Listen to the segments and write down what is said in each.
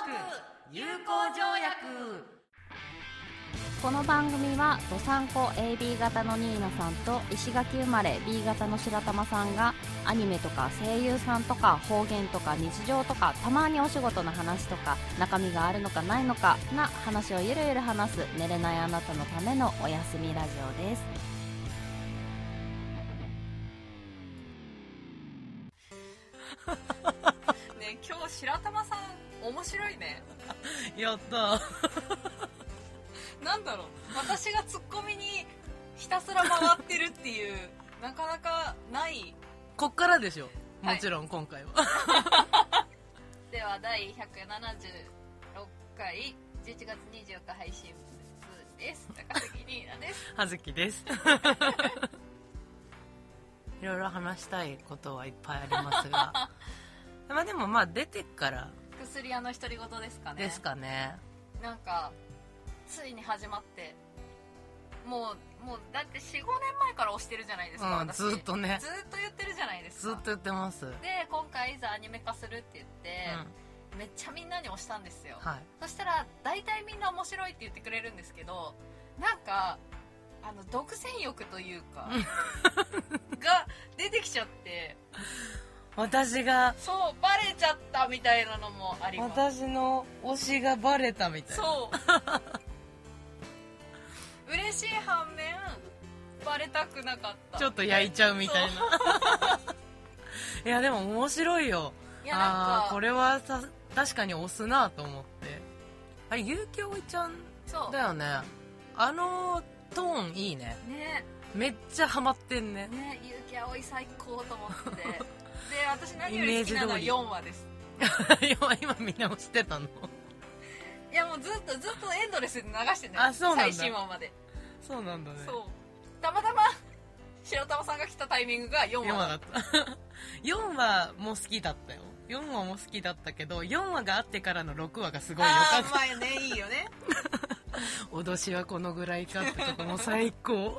友好条約。 この番組はどさんこ AB 型のニーナさんと石垣生まれ B 型の白玉さんがアニメとか声優さんとか方言とか日常とかたまにお仕事の話とか中身があるのかないのかな話をゆるゆる話す寝れないあなたのためのおやすみラジオです。 ね、今日白玉さん面白いね。 やったなんだろう、私がツッコミにひたすら回ってるっていうなかなかない。 こっからでしょ、もちろん今回は、 では第176回11月24日配信分です。高杉ニーナです。 はずきですいろいろ話したいことはいっぱいありますがまあでも出てから薬屋の独り言ですかね。 ですかね。 なんかついに始まってもうだって 4,5 年前から推してるじゃないですか、私ずっとね、 ずっと言ってるじゃないですか。 ずっと言ってます。 で今回いざアニメ化するって言って、めっちゃみんなに推したんですよ、 はい、 そしたら大体みんな面白いって言ってくれるんですけど、なんか独占欲というかが出てきちゃって、 私がそうバレちゃったみたいなのもあります。 私の推しがバレたみたいな。 そう嬉しい反面バレたくなかった、 ちょっと焼いちゃうみたいな。いやでも面白いよ。 いやなんかこれは確かに押すなと思って。あれ結城葵ちゃんだよね。あのトーンいいね。 ね、 めっちゃハマってんね。 ね、結城葵最高と思ってで私何より好きなのは4話です今みんなも知ってたの？ いやもうずっとエンドレスで流してね。 あ、そうなんだ。 最新話まで。 そうなんだね。 そうたまたま白玉さんが来たタイミングが4話だった 4話も好きだったよ。4話も好きだったけど4話があってからの6話がすごい良かった。 まあね、いいよね脅しはこのぐらいかってとこも最高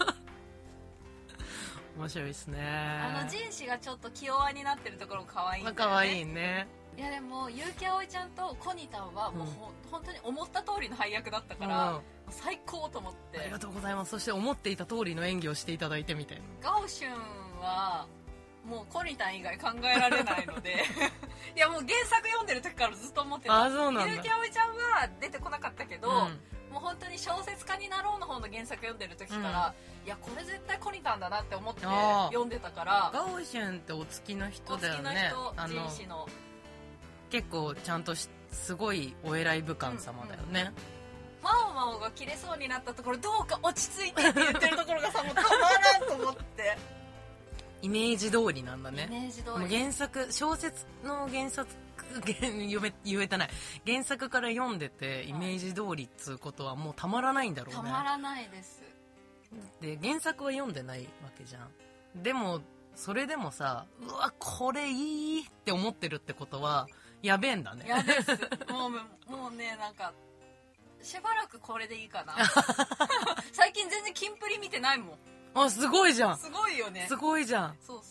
面白いですね。 ジン氏がちょっと気弱になってるところも可愛いんだよね。 可愛いね。 いやでも結城葵ちゃんとコニタンはもう、本当に思った通りの配役だったから、最高と思って。 ありがとうございます。そして思っていた通りの演技をしていただいてみたいな。 ガオシュンはもうコニタン以外考えられないのでいやもう原作読んでる時からずっと思ってた。 そうなんだ。 結城葵ちゃんは出てこなかったけど、もう本当に小説家になろうの方の原作読んでる時から、いやこれ絶対コニタンだなって思って読んでたから。 ガオシュンってお付きの人だよね。 ジン氏の結構ちゃんとすごいお偉い武官様だよね。 マオマオが切れそうになったところどうか落ち着いてって言ってるところがさもうたまらんと思ってイメージ通りなんだね。 イメージ通り。 原作小説の言えてない原作から読んでてイメージ通りっつうことはもうたまらないんだろうね。 たまらないです。 で原作は読んでないわけじゃん。でもそれでもさ、うわこれいいって思ってるってことはやべえんだね。 やべえっすもうね、なんかしばらくこれでいいかな最近全然キンプリ見てないもん。 すごいじゃん。 すごいよね。 すごいじゃん。 そう。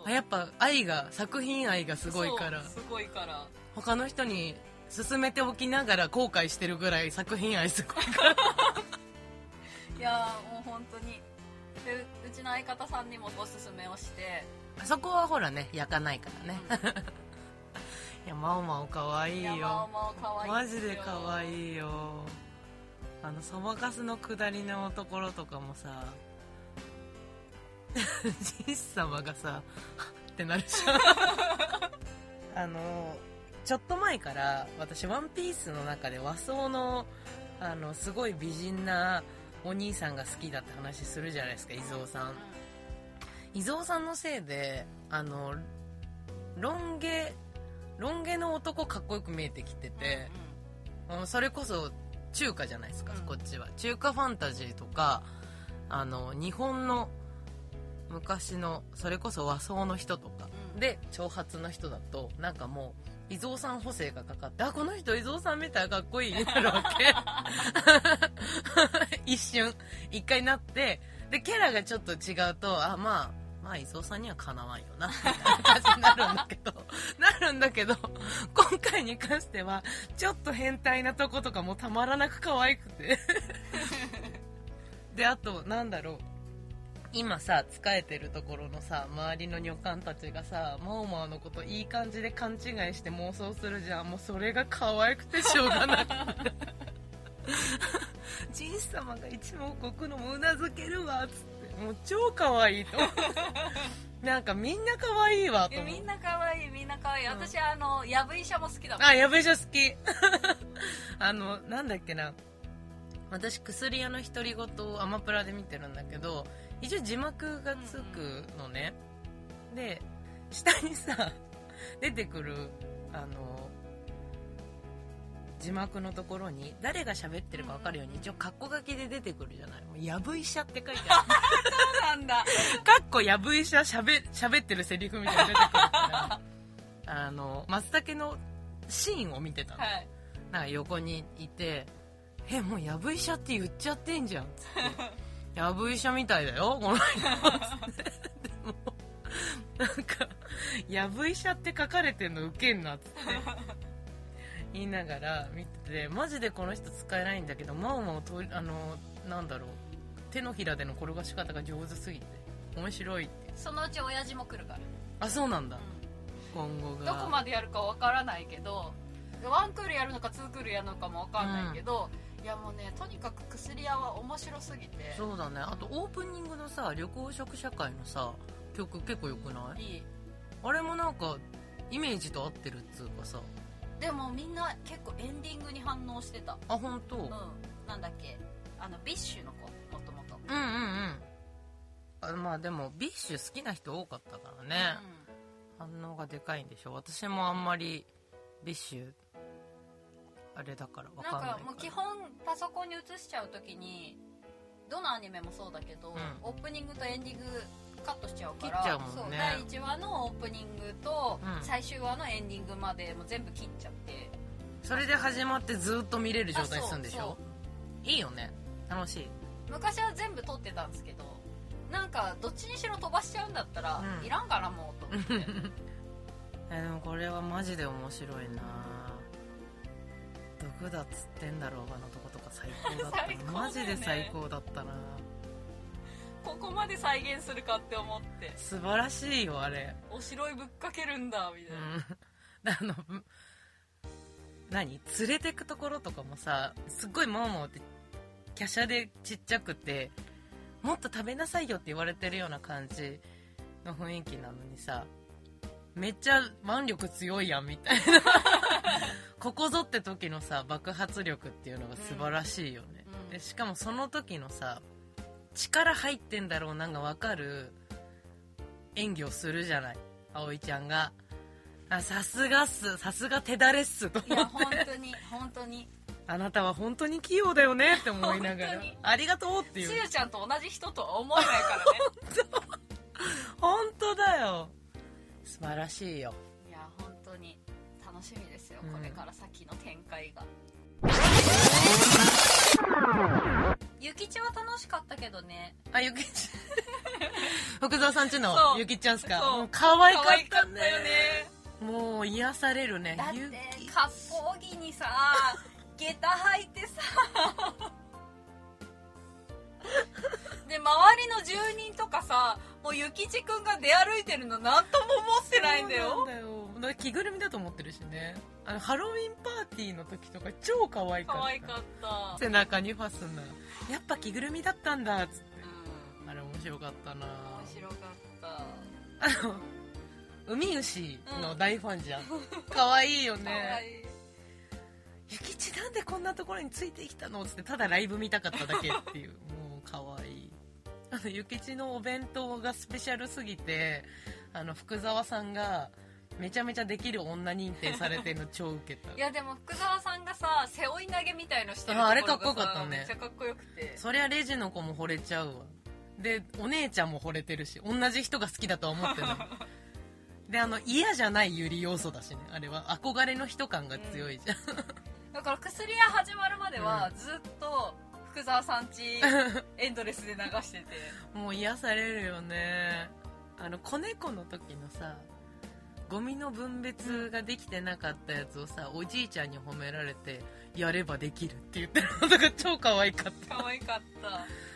やっぱ作品愛がすごいから。 すごいから他の人に勧めておきながら後悔してるぐらい作品愛すごいからいやもう本当にでうちの相方さんにもおすすめをして。 そこはほらね焼かないからねいやマオマオかわいいよ。 マオマオかわいいマジでかわいいよ。そばかすの下りのところとかもさジン様がさってなるじゃんちょっと前から私ワンピースの中で和装のすごい美人なお兄さんが好きだって話するじゃないですか、伊蔵さん。伊蔵さんのせいでロン毛の男かっこよく見えてきてて、それこそ中華じゃないですか、こっちは中華ファンタジーとか日本の昔のそれこそ和装の人とかで長髪の人だとなんかもう伊蔵さん補正がかかって、この人伊蔵さんみたいなかっこいいになるわけ一回なって、でキャラがちょっと違うとまあまあ伊蔵さんにはかなわんよなみたいな感じになるんだけど今回に関してはちょっと変態なとことかもたまらなく可愛くてであとなんだろう、今さ仕えてるところのさ周りの女官たちがさマオマオのこといい感じで勘違いして妄想するじゃん。もうそれが可愛くてしょうがないジン様が一目置くのもうなずけるわっつってもう超可愛いとなんかみんな可愛いわと思う。 みんな可愛い、みんな可愛い。私ヤブ医者も好きだもん。 あ、ヤブ医者好きなんだっけな、私薬屋の独り言をアマプラで見てるんだけど、一応字幕がつくのね、で下にさ出てくる字幕のところに誰が喋ってるか分かるように一応カッコ書きで出てくるじゃない。もうヤブ医者って書いてあるそうなんだカッコヤブ医者喋ってるセリフみたいなの出てくるから松茸のシーンを見てたの、はい、なんか横にいてもうヤブ医者って言っちゃってんじゃんつってヤブ医者みたいだよこの人つってでもなんかヤブ医者って書かれてんのウケんなっつって言いながら見てて、マジでこの人使えないんだけどマオマオとなんだろう、手のひらでの転がし方が上手すぎて面白いって。 そのうち親父も来るから。 あ、そうなんだ、今後がどこまでやるかわからないけど、ワンクールやるのかツークールやるのかもわかんないけど、いやもうね、とにかく薬屋は面白すぎて。 そうだね。あとオープニングのさ緑黄色社会のさ曲結構よくない？いい。あれもなんかイメージと合ってるっつうかさ。 でもみんな結構エンディングに反応してた。 あ、本当？ なんだっけ、ビッシュの子、もともと。 まあでもビッシュ好きな人多かったからね、反応がでかいんでしょ。私もあんまりビッシュあれだから分かんないから。 なんかもう基本パソコンに映しちゃうときにどのアニメもそうだけど、オープニングとエンディングカットしちゃうから、 切っちゃうもんね。 そう、第1話のオープニングと最終話のエンディングまでも全部切っちゃって、 それで始まってずっと見れる状態にするんでしょ。いいよね、楽しい。 昔は全部撮ってたんですけど、なんかどっちにしろ飛ばしちゃうんだったら、いらんかなもうと思ってでもこれはマジで面白いな。どこだっつってんだろうがのとことか最高だったね、マジで最高だったな。 ここまで再現するかって思って。 素晴らしいよあれ。 おしろいぶっかけるんだみたいな、何連れてくところとかもさ、すっごいマオマオって華奢でちっちゃくてもっと食べなさいよって言われてるような感じの雰囲気なのにさ、めっちゃ腕力強いやんみたいなここぞって時のさ爆発力っていうのが素晴らしいよね、でしかもその時のさ力入ってんだろうなんか分かる演技をするじゃない葵ちゃんが。さすがっす、さすが手だれっすと思って。いや本当に本当にあなたは本当に器用だよねって思いながらありがとうっていう。 つゆちゃんと同じ人とは思えないからね本当だよ、素晴らしいよ。 いや本当に楽しみですよ、これから先の展開が。ゆきちは楽しかったけどね。 あ、ゆきち福沢さんちのゆきちゃんすか。もう可愛かったね。もう癒されるね。 だって割烹着にさ下駄履いてさで周りの住人とかさ、もうゆきちくんが出歩いてるのなんとも思ってないんだよ。 そうなんだよ、だから着ぐるみだと思ってるしね。ハロウィンパーティーの時とか超可愛かった。 可愛かった。 背中にファスナー、やっぱ着ぐるみだったんだっつって、あれ面白かったな。面白かった。 海牛の大ファンじゃん、可愛いよね。 可愛い。 ゆきちなんでこんなところについてきたのつって、ただライブ見たかっただけっていうもう可愛い。ゆきちのお弁当がスペシャルすぎて、福沢さんがめちゃめちゃできる女認定されてるの超ウケた。 いやでも福沢さんがさ背負い投げみたいのしてるところがさ、 あれかっこよかったね。 めっちゃかっこよくて、 そりゃレジの子も惚れちゃうわ。でお姉ちゃんも惚れてるし、同じ人が好きだとは思ってないで嫌じゃないゆり要素だしね、あれは憧れの人感が強いじゃん、 だから薬屋始まるまではずっと福沢さんちエンドレスで流しててもう癒されるよね。 子猫の時のさゴミの分別ができてなかったやつをさ、おじいちゃんに褒められてやればできるって言ってるのが超可愛かった。 可愛かった。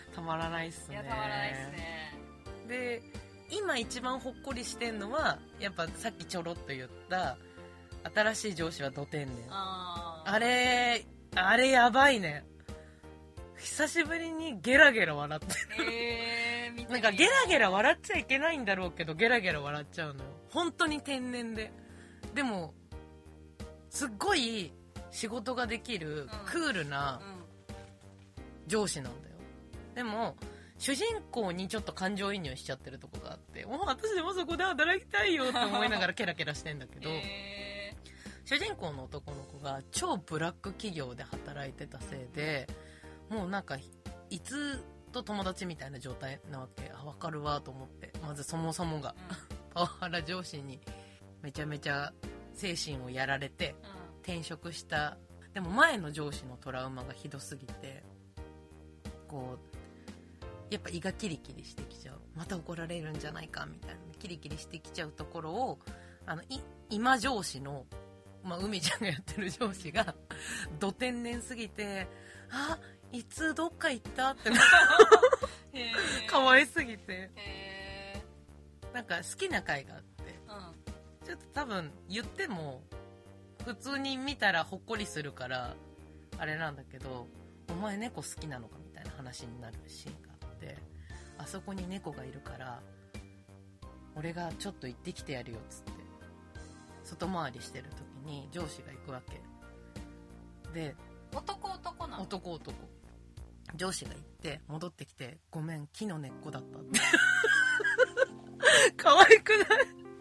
たまらないっすね。 いや、たまらないっすね。 で今一番ほっこりしてんのはやっぱさっきちょろっと言った新しい上司はド天然。あれやばいね。久しぶりにゲラゲラ笑ってる、なんかゲラゲラ笑っちゃいけないんだろうけどゲラゲラ笑っちゃうのよ。本当に天然で。でもすっごい仕事ができるクールな上司なんだよ。でも主人公にちょっと感情移入しちゃってるとこがあって、もう私でもそこで働きたいよって思いながらケラケラしてんだけど、主人公の男の子が超ブラック企業で働いてたせいで、もうなんかいつと友達みたいな状態なわけ。わかるわと思って、まずそもそもが、パワハラ上司にめちゃめちゃ精神をやられて転職した。でも前の上司のトラウマがひどすぎて、こうやっぱ胃がキリキリしてきちゃう。また怒られるんじゃないかみたいなキリキリしてきちゃうところを今上司の、海ちゃんがやってる上司がど天然すぎて、あ、いつどっか行ったって可愛すぎて、なんか好きな回があって、ちょっと多分言っても普通に見たらほっこりするからあれなんだけど、お前猫好きなのかみたいな話になるシーンがあって、あそこに猫がいるから俺がちょっと行ってきてやるよっつって外回りしてる時に上司が行くわけで、 男なの？ 男上司が行って戻ってきて、ごめん木の根っこだったって可愛くない？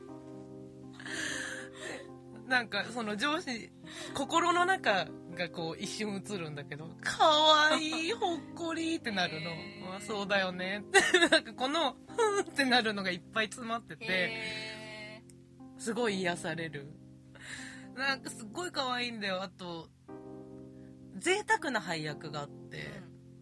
なんかその上司心の中がこう一瞬映るんだけど、可愛いほっこりってなるの。まあそうだよねってなんかこのふーってなるのがいっぱい詰まってて、すごい癒される。なんかすっごい可愛いんだよ。あと贅沢な配役があって、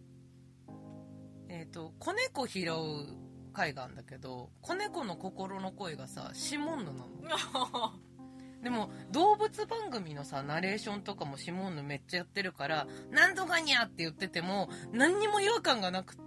子猫拾う回があるんだけど、子猫の心の声がさシモンヌなのでも動物番組のさナレーションとかもシモンヌめっちゃやってるから、なんとかにゃって言ってても何にも違和感がなくって、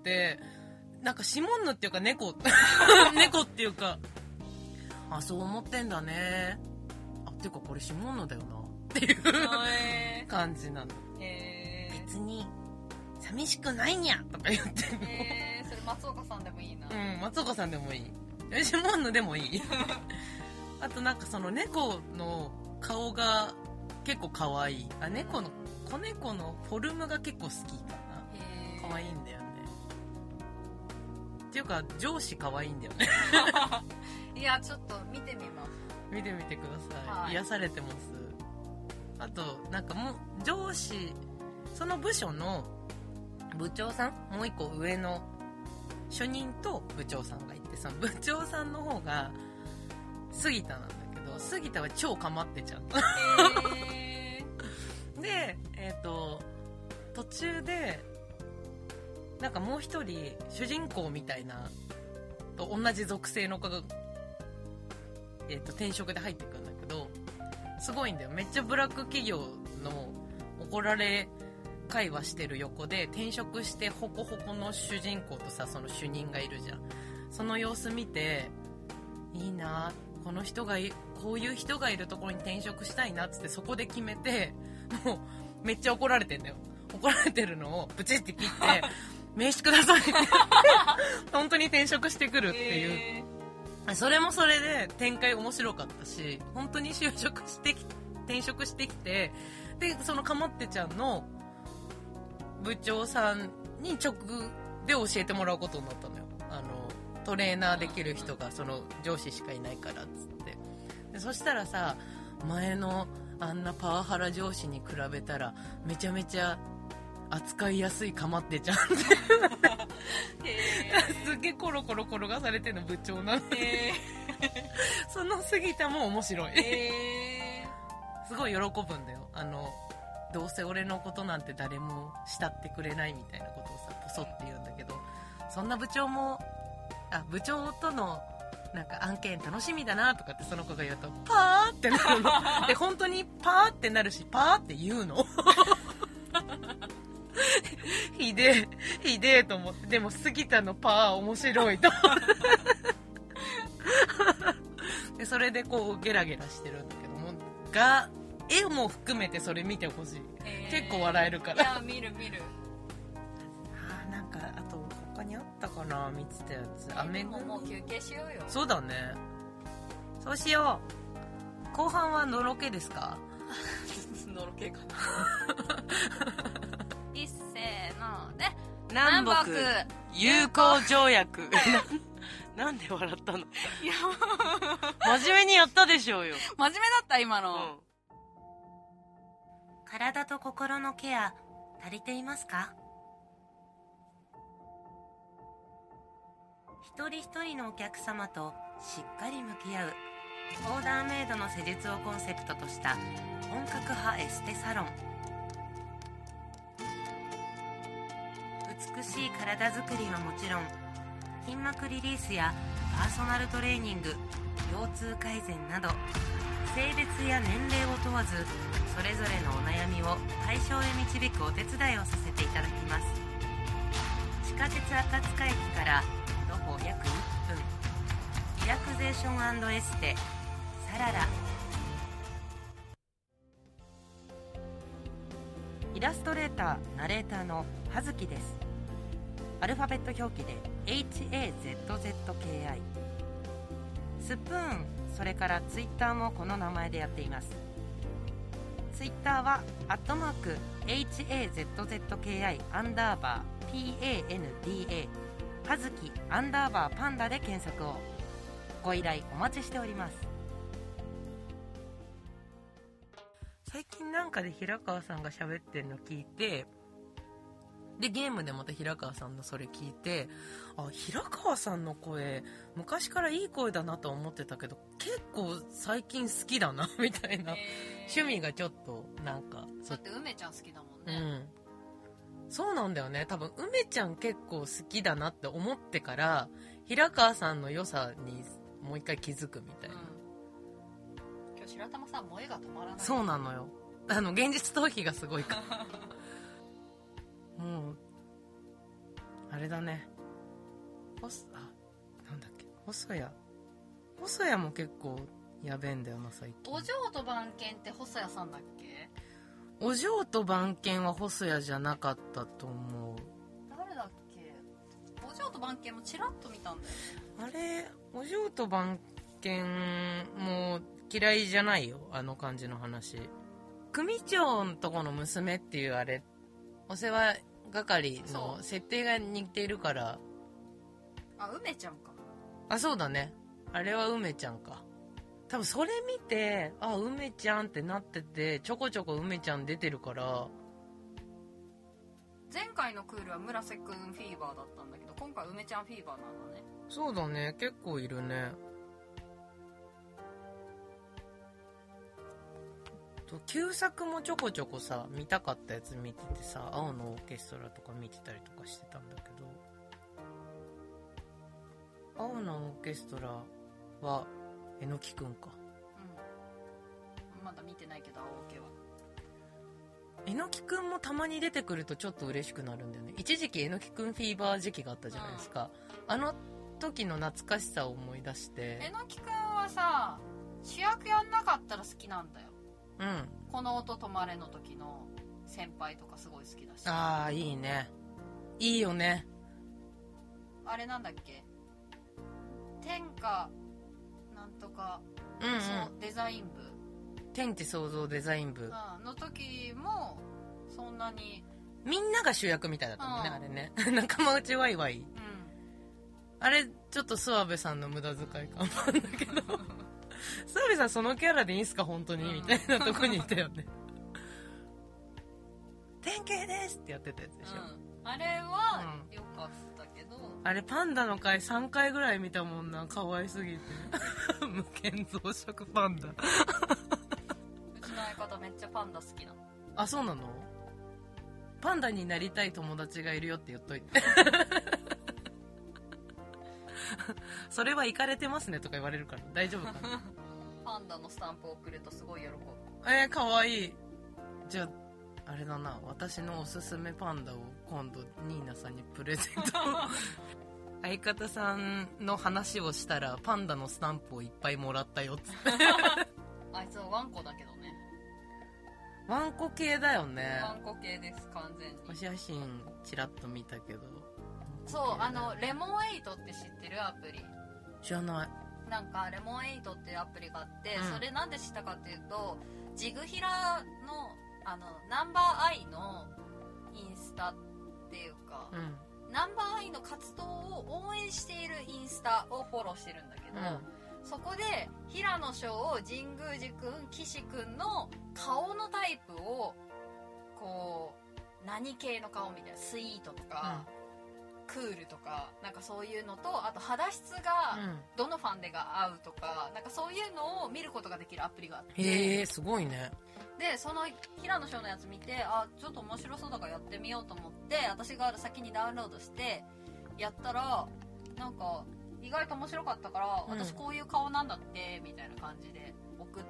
なんかシモンヌっていうか猫猫っていうか、あ、そう思ってんだね、あ、っていうかこれシモンヌだよなっていう感じなの。別に寂しくないにゃとか言ってるの。 それ松岡さんでもいいな。 松岡さんでもいい、シモンヌでもいいあとなんかその猫の顔が結構可愛い。子猫のフォルムが結構好きかな。可愛いんだよね。っていうか上司可愛いんだよねいやちょっと見てみます。 見てみてください、はい、癒されてます。あとなんかもう上司、その部署の部長さん、もう一個上の主任と部長さんがいて、その部長さんの方が杉田なんだけど、杉田は超かまってちゃうで、途中でなんかもう一人主人公みたいなと同じ属性の子が、転職で入ってくるんだけど、すごいんだよ。めっちゃブラック企業の怒られ会話してる横で転職してホコホコの主人公とさ、その主任がいるじゃん。その様子見て、いいな、この人がこういう人がいるところに転職したいなっつって、そこで決めて、もうめっちゃ怒られてんだよ。怒られてるのをブチって切って名刺くださいって本当に転職してくるっていう、それもそれで展開面白かったし、本当に転職してきて、でそのかまってちゃんの部長さんに直で教えてもらうことになったのよ。トレーナーできる人がその上司しかいないからっつって。でそしたらさ、前のあんなパワハラ上司に比べたらめちゃめちゃ扱いやすいかまってちゃんってすっげえコロコロ転がされてるの部長なのにその杉田も面白いすごい喜ぶんだよ。どうせ俺のことなんて誰も慕ってくれないみたいなことをさポソって言うんだけど、そんな部長とのなんか案件楽しみだなとかってその子が言うとパーってなるので本当にパーってなるしパーって言うのひでえと思って、でも杉田のパー面白いと思ってでそれでこうゲラゲラしてるんだけども絵も含めてそれ見てほしい、結構笑えるから。 いや見るなんかあと他にあったかな、見てたやつ。雨もう休憩しようよ。 そうだね、そうしよう。後半はのろけですか？ のろけかいっせーので南北友好条約なんで笑ったの？いや真面目にやったでしょうよ。 真面目だった今の、 体と心のケア足りていますか？一人一人のお客様としっかり向き合うオーダーメイドの施術をコンセプトとした本格派エステサロン。美しい体づくりはもちろん、筋膜リリースやパーソナルトレーニング、腰痛改善など性別や年齢を問わずそれぞれのお悩みを解消へ導くお手伝いをさせていただきます。地下鉄赤塚駅から徒歩約1分、リラクゼーション&エステサララ。イラストレーターナレーターの葉月です。アルファベット表記で HAZZKI。 スプーン、それからツイッターもこの名前でやっています。ツイッターは@HAZZKI _PANDA 葉月パンダで検索を。ご依頼お待ちしております。最近なんかで平川さんが喋ってるの聞いて、でゲームでまた平川さんのそれ聞いて、平川さんの声昔からいい声だなと思ってたけど結構最近好きだなみたいな、趣味がちょっとなんか。 だって梅ちゃん好きだもんね。 そうなんだよね。多分梅ちゃん結構好きだなって思ってから平川さんの良さにもう一回気づくみたいな、 今日白玉さん萌えが止まらない。 そうなのよ。現実逃避がすごいからもうあれだね。なんだっけ、細谷も結構やべえんだよな最近。 お嬢と番犬って細谷さんだっけ？ お嬢と番犬は細谷じゃなかったと思う。 誰だっけ？お嬢と番犬もチラッと見たんだよ。 あれ、お嬢と番犬も嫌いじゃないよ、あの感じの話。組長のとこの娘っていうあれ、お世話係の設定が似ているから。 梅ちゃんか。 そうだね、あれは梅ちゃんか。多分それ見て梅ちゃんってなってて、ちょこちょこ梅ちゃん出てるから。 前回のクールは村瀬くんフィーバーだったんだけど、今回梅ちゃんフィーバーなんだね。 そうだね、結構いるね。旧作もちょこちょこさ見たかったやつ見ててさ、青のオーケストラとか見てたりとかしてたんだけど、青のオーケストラはえのきくんか。 まだ見てないけど青オケは。 えのきくんもたまに出てくるとちょっと嬉しくなるんだよね。一時期えのきくんフィーバー時期があったじゃないですか、あの時の懐かしさを思い出して。 えのきくんはさ、主役やんなかったら好きなんだよ。この音止まれの時の先輩とかすごい好きだし。 いいね、いいよね。 あれなんだっけ、天下なんとか、デザイン部、 天地創造デザイン部、 の時もそんなにみんなが主役みたいだったもんね、あれね。仲間内ワイワイ、あれちょっと諏訪部さんの無駄遣い感もあるんだけど諏訪部さんそのキャラでいいんすか本当に、みたいなとこにいたよね典型ですってやってたやつでしょ、 あれは良かったけど、 あれパンダの回3回ぐらい見たもんな、可愛すぎて無限増殖パンダうちの相方めっちゃパンダ好きなの。 そうなの？パンダになりたい友達がいるよって言っといてそれはイカれてますねとか言われるから大丈夫かな。 パンダのスタンプを送るとすごい喜ぶ。 かわいい。じゃああれだな、私のおすすめパンダを今度ニーナさんにプレゼント。相方さんの話をしたらパンダのスタンプをいっぱいもらったよっつって。 あいつはワンコだけどね。 ワンコ系だよね。 ワンコ系です、完全に。 お写真ちらっと見たけど。 そうレモン8って知ってるアプリ？ 知らない。 なんかレモン8っていうアプリがあって、 うんそれなんで知ったかっていうと、ジグヒラのナンバーアイのインスタっていうか、ナンバーアイの活動を応援しているインスタをフォローしてるんだけど、そこで平野翔、神宮寺くん、岸くんの顔のタイプをこう何系の顔みたいな、スイートとか、クールとかなんかそういうのと、あと肌質がどのファンデが合うとか、なんかそういうのを見ることができるアプリがあって、 へえ、すごいね。 でその平野翔のやつ見て、ちょっと面白そうだからやってみようと思って、私が先にダウンロードしてやったら、なんか意外と面白かったから、私こういう顔なんだってみたいな感じで送って、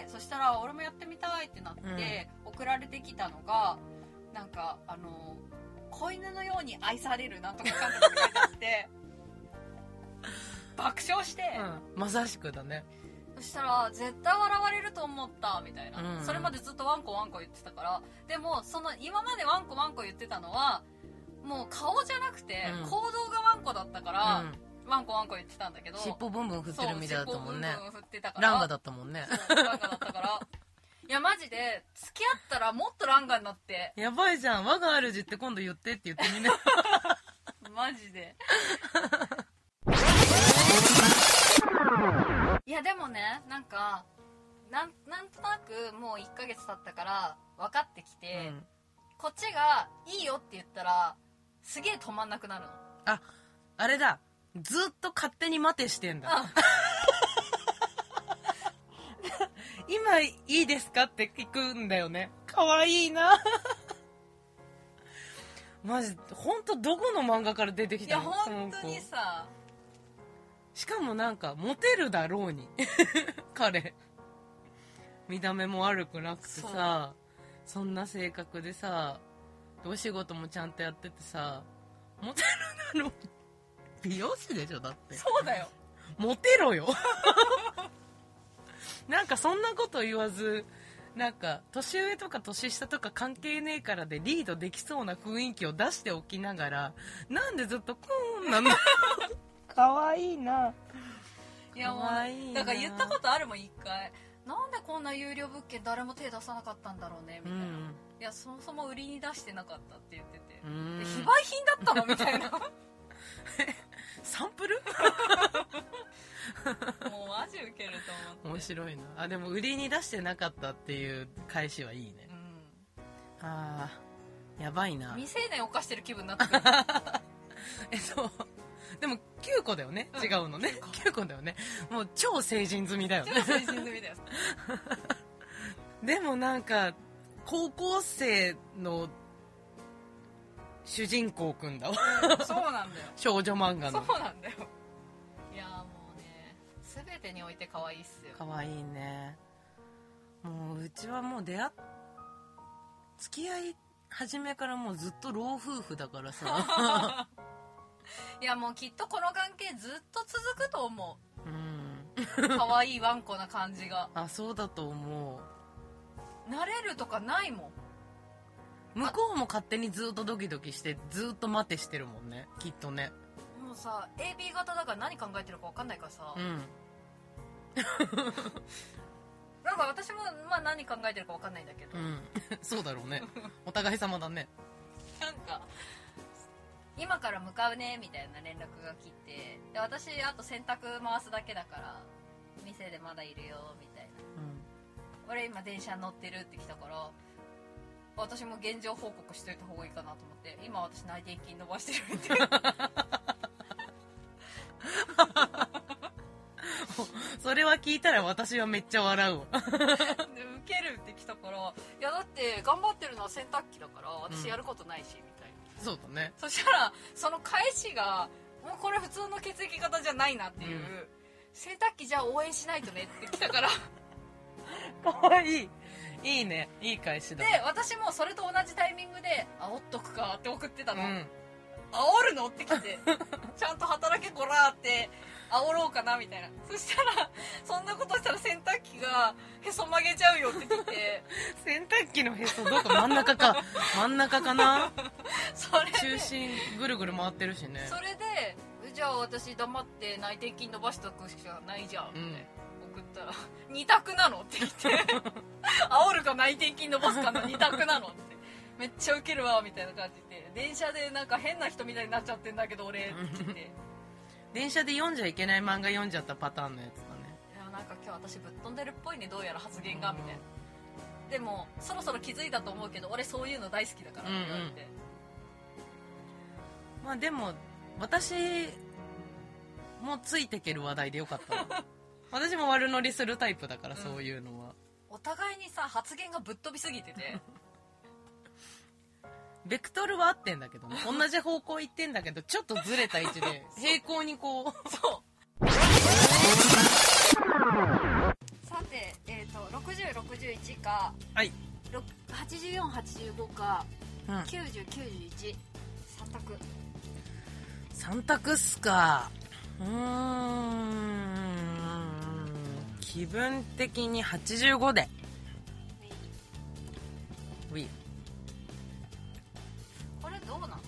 そしたら俺もやってみたいってなって、送られてきたのがなんか子犬のように愛されるなんとかかんとかって書いてあって爆笑して、 まさしくだね。 そしたら絶対笑われると思ったみたいな、それまでずっとワンコワンコ言ってたから。でも今までワンコワンコ言ってたのはもう顔じゃなくて行動がワンコだったから、ワンコワンコ言ってたんだけど、 尻尾ブンブン振ってるみたいだったもんね。 尻尾ブンブン振ってたから、 ランガだったもんね。 ランガだったからいやマジで付き合ったらもっとランガになって。 やばいじゃん。我が主って今度言ってって言ってみんな。 マジで。いやでもね、なんかなんとなくもう1ヶ月経ったから分かってきて、こっちがいいよって言ったらすげえ止まんなくなるの。 あれだ、ずっと勝手に待てしてんだ。今いいですかって聞くんだよね。かわいいな。マジほんとどこの漫画から出てきたの？ いや本当にさ、 しかもなんかモテるだろうに彼見た目も悪くなくてさ、そんな性格でさ、お仕事もちゃんとやっててさ、モテるだろう。美容師でしょだって。 そうだよ、 モテろよ。なんかそんなこと言わず、なんか年上とか年下とか関係ねえからでリードできそうな雰囲気を出しておきながら、なんでずっとクーンなの。かわいいな。 いやもうだから言ったことあるもん一回。なんでこんな有料物件誰も手出さなかったんだろうねみたいな、いやそもそも売りに出してなかったって言ってて、で非売品だったのみたいな。 サンプル。 もうマジウケると思って。 面白いな。でも売りに出してなかったっていう返しはいいね。やばいな。 未成年犯してる気分になってくる。 そうでも9個だよね、違うのね。9個だよね。もう超成人済みだよね。 超成人済みだよ。 でもなんか高校生の主人公くんだわ。 そうなんだよ。 少女漫画の。 そうなんだよ。いやもうね、全てにおいて可愛いっすよ。 可愛いね。もううちはもう付き合い始めからもうずっと老夫婦だからさ。 いやもうきっとこの関係ずっと続くと思う。可愛いワンコな感じが。 そうだと思う。慣れるとかないもん。 向こうも勝手にずっとドキドキしてずっと待てしてるもんね、きっとね。 もうさ AB 型だから何考えてるか分かんないからさ、なんか私もまあ何考えてるか分かんないんだけど、 そうだろうね。お互い様だね。 なんか今から向かうねみたいな連絡が来て、で私あと洗濯回すだけだから店でまだいるよみたいな、俺今電車乗ってるって来たから、私も現状報告しといた方がいいかなと思って、今私内転筋伸ばしてるってそれは聞いたら私はめっちゃ笑うわ。 でウケるって来たから、いやだって頑張ってるのは洗濯機だから私やることないし、みたいな。 そうだね。 そしたらその返しがもうこれ普通の血液型じゃないなっていう、洗濯機じゃあ応援しないとねって来たからかわいい。いいね。いい返しだ。 で私もそれと同じタイミングで煽っとくかって送ってたの、 うん。 煽るのって来てちゃんと働けこらーって煽ろうかなみたいな。そしたらそんなことしたら洗濯機がへそ曲げちゃうよって来て洗濯機のへそどこ真ん中か。真ん中かな。 それで中心ぐるぐる回ってるしね。 それでじゃあ私黙って内転筋伸ばしとくしかないじゃんって送ったら、二択なのって言って煽るか内転筋伸ばすかの二択なのってめっちゃウケるわみたいな感じで、電車でなんか変な人みたいになっちゃってんだけど俺って言って電車で読んじゃいけない漫画読んじゃったパターンのやつだね。 いやなんか今日私ぶっ飛んでるっぽいねどうやら発言がみたいな。でもそろそろ気づいたと思うけど俺そういうの大好きだからって言われて、 まあでも私もついてける話題でよかったわ私も悪乗りするタイプだから、そういうのはお互いにさ発言がぶっ飛びすぎててベクトルは合ってんだけどね、同じ方向行ってんだけどちょっとずれた位置で平行にこうそうさて、6061か、 はい、 8485か、 うん、 9091、3択。 3択っすか。気分的に85でウィ。 これどうなの？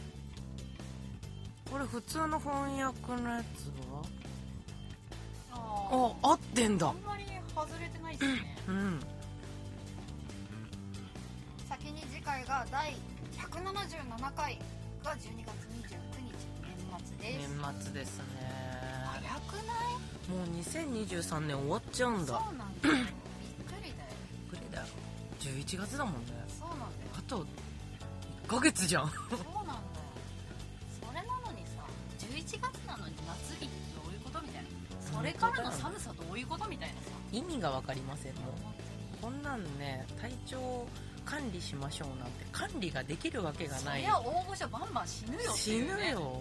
これ普通の翻訳のやつはあ合ってんだ。 あんまり外れてないですねうん。 先に次回が第177回が12月29日年末です。 年末ですね。 早くない？ もう2023年終わっちゃうんだ。 そうなんだよびっくりだよ。 びっくりだよ。11月だもんね。 そうなんだよ。 あと1ヶ月じゃんそうなんだよ。それなのにさ11月なのに夏日ってどういうことみたいな。それからの寒さどういうことみたいなさ。 意味が分かりませんもん。こんなんね、体調管理しましょうなんて管理ができるわけがない。 そりゃ大御所バンバン死ぬよっていう、ね、 死ぬよ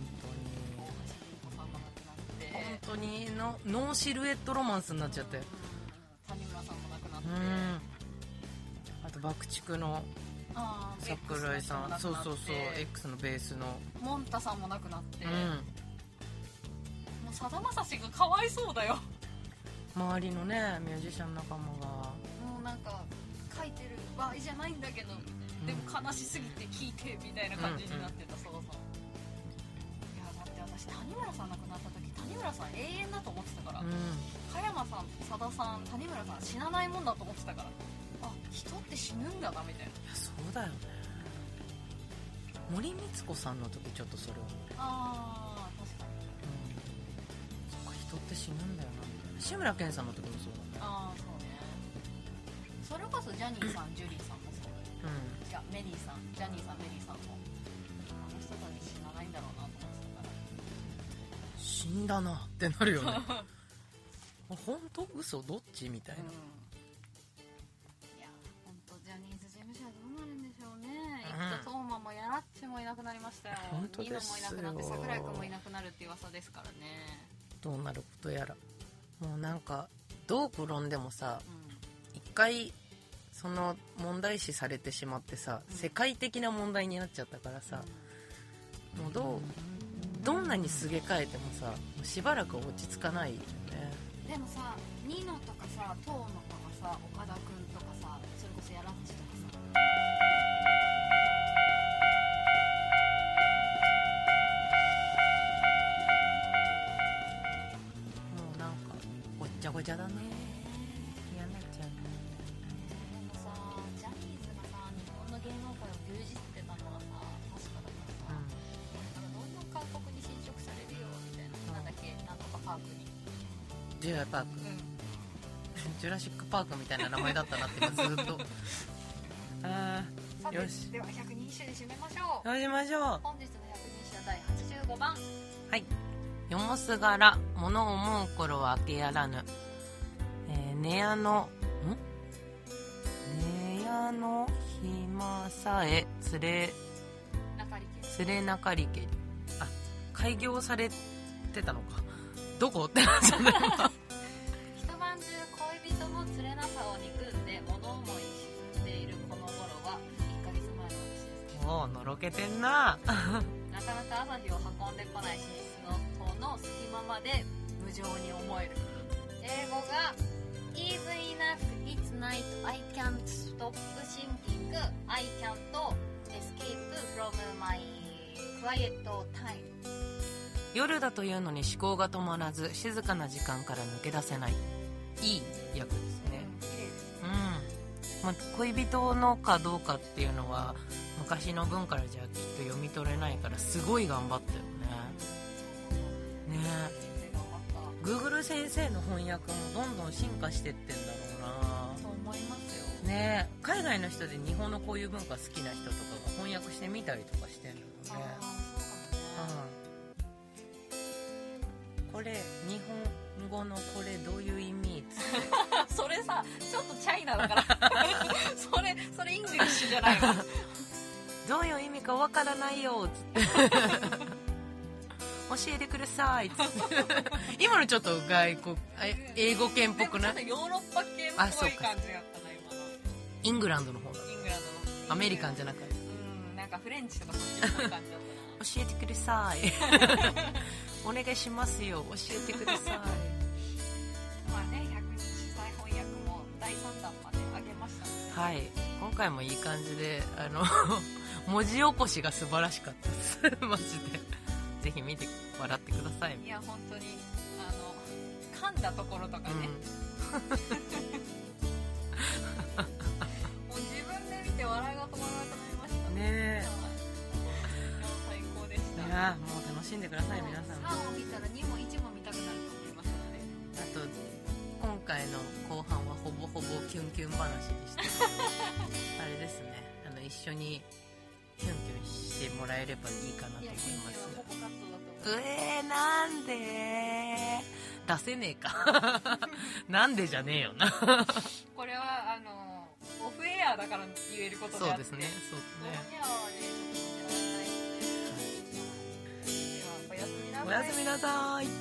本当にノーシルエットロマンスになっちゃって、 谷村さんも亡くなって、 あと爆竹の桜井さん、そうそうそう、 X のベースのモンタさんも亡くなって、 うん、 もうさだまさしがかわいそうだよ。 周りのねミュージシャン仲間がもうなんか書いてる場合じゃないんだけど、でも悲しすぎて聞いてみたいな感じになってた、そうそう。いやだって私谷村さん亡くなった時谷村さん永遠だと思ってたから、加山さん、さださん、谷村さん死なないもんだと思ってたから、あ、人って死ぬんだなみたいな。 いやそうだよね。森光子さんの時ちょっとそれをあー確かに、 そっか人って死ぬんだよな。志村けんさんの時もそうだね。 ああそうね。それこそジャニーさん、ジュリーさんもそうだよ、いやメリーさん、ジャニーさん、メリーさんもあの人たち死なないんだろうなと思ってたから、 死んだなってなるよね本当嘘どっちみたいな、 いや本当ジャニーズ事務所はどうなるんでしょうね。生田斗真もやらっちもいなくなりましたよ。 本当ですよ。 ニノもいなくなって桜井君もいなくなるって噂ですからね。 どうなることやら。もうなんかどう転んでもさ、一回その問題視されてしまってさ、世界的な問題になっちゃったからさ、もうどんなにすげ替えてもさ、もうしばらく落ち着かないよね。 でもさ、ニノとかさ、トーノとかさ、岡田君とかさ、それこそやらはしとかさ、 もうなんかごっちゃごちゃだね。嫌になっちゃう。 でもさ、ジャニーズがさ、日本の芸能界を牛耳ってたのはさ、確かだからさ、なんかどんどん韓国に侵食されるよみたいな、なんだっけ、なんとかパークに。 ジュラパーク、ジュラシックパークみたいな名前だったなって今ずっとあさて、 よしでは100人一首で締めましょう。 始めましょう。 本日の100人一首は第85番。 はい。よもすがら物思う頃は明けやらぬ、寝屋の暇さえ連れなかりけり、あ、 開業されてたのか、どこってなっちゃうね一晩中恋人の連れなさを憎んで物思いに沈んでいるこの頃は1ヶ月前の話です。 もうのろけてんななかなか朝日を運んでこない寝室の戸の隙間まで無情に思える。英語が Even enough it's night I can't stop thinking I can't escape from my quiet time。 夜だというのに思考が止まらず静かな時間から抜け出せない。いい役ですね。 綺麗ですね。 まあ、恋人のかどうかっていうのは昔の文からじゃきっと読み取れないからすごい頑張ったよね。ね先生が分かっ Google 先生の翻訳もどんどん進化してってんだろたと思いますよ。 うな。ね、海外の人で日本のこういう文化好きな人とかが翻訳してみたりとかしてんのよね。 ああ、そうかもね。 これ日本語のこれどういう意味っつってそれさ、ちょっとチャイナだからそれイングリッシュじゃないわどういう意味かわからないよっつって教えてくださいっつって今のちょっと外国英語圏っぽくない？ でもちょっとヨーロッパ系っぽい感じだったな、今の。 イングランドの方だ。 イングランドのアメリカンじゃなかった。 なんかフレンチとかそっちっぽい感じだったな教えてくださいお願いしますよ、教えてくださいまあね、100日再翻訳も第3弾まで上げましたので、 はい、今回もいい感じで文字起こしが素晴らしかったですマジでぜひ見て笑ってください。 いや本当に噛んだところとかね、もう自分で見て笑いが止まらなくなりましたねえ。 最高でした。 いやもう楽しんでください皆さんも。 3を見たら2も1も見たくなると思いますので、 あと今回の後半はほぼほぼキュンキュン話でしたあれですね、一緒にキュンキュンしてもらえればいいかなと思います。 いや、キュンキュンはここカットだと思います。 なんで出せねえかなんでじゃねえよなこれはオフエアだから言えることであって、 そうですね、そうオンですね。 エアはねちょっとやらないので、ではおやすみなさい。 おやすみなさい。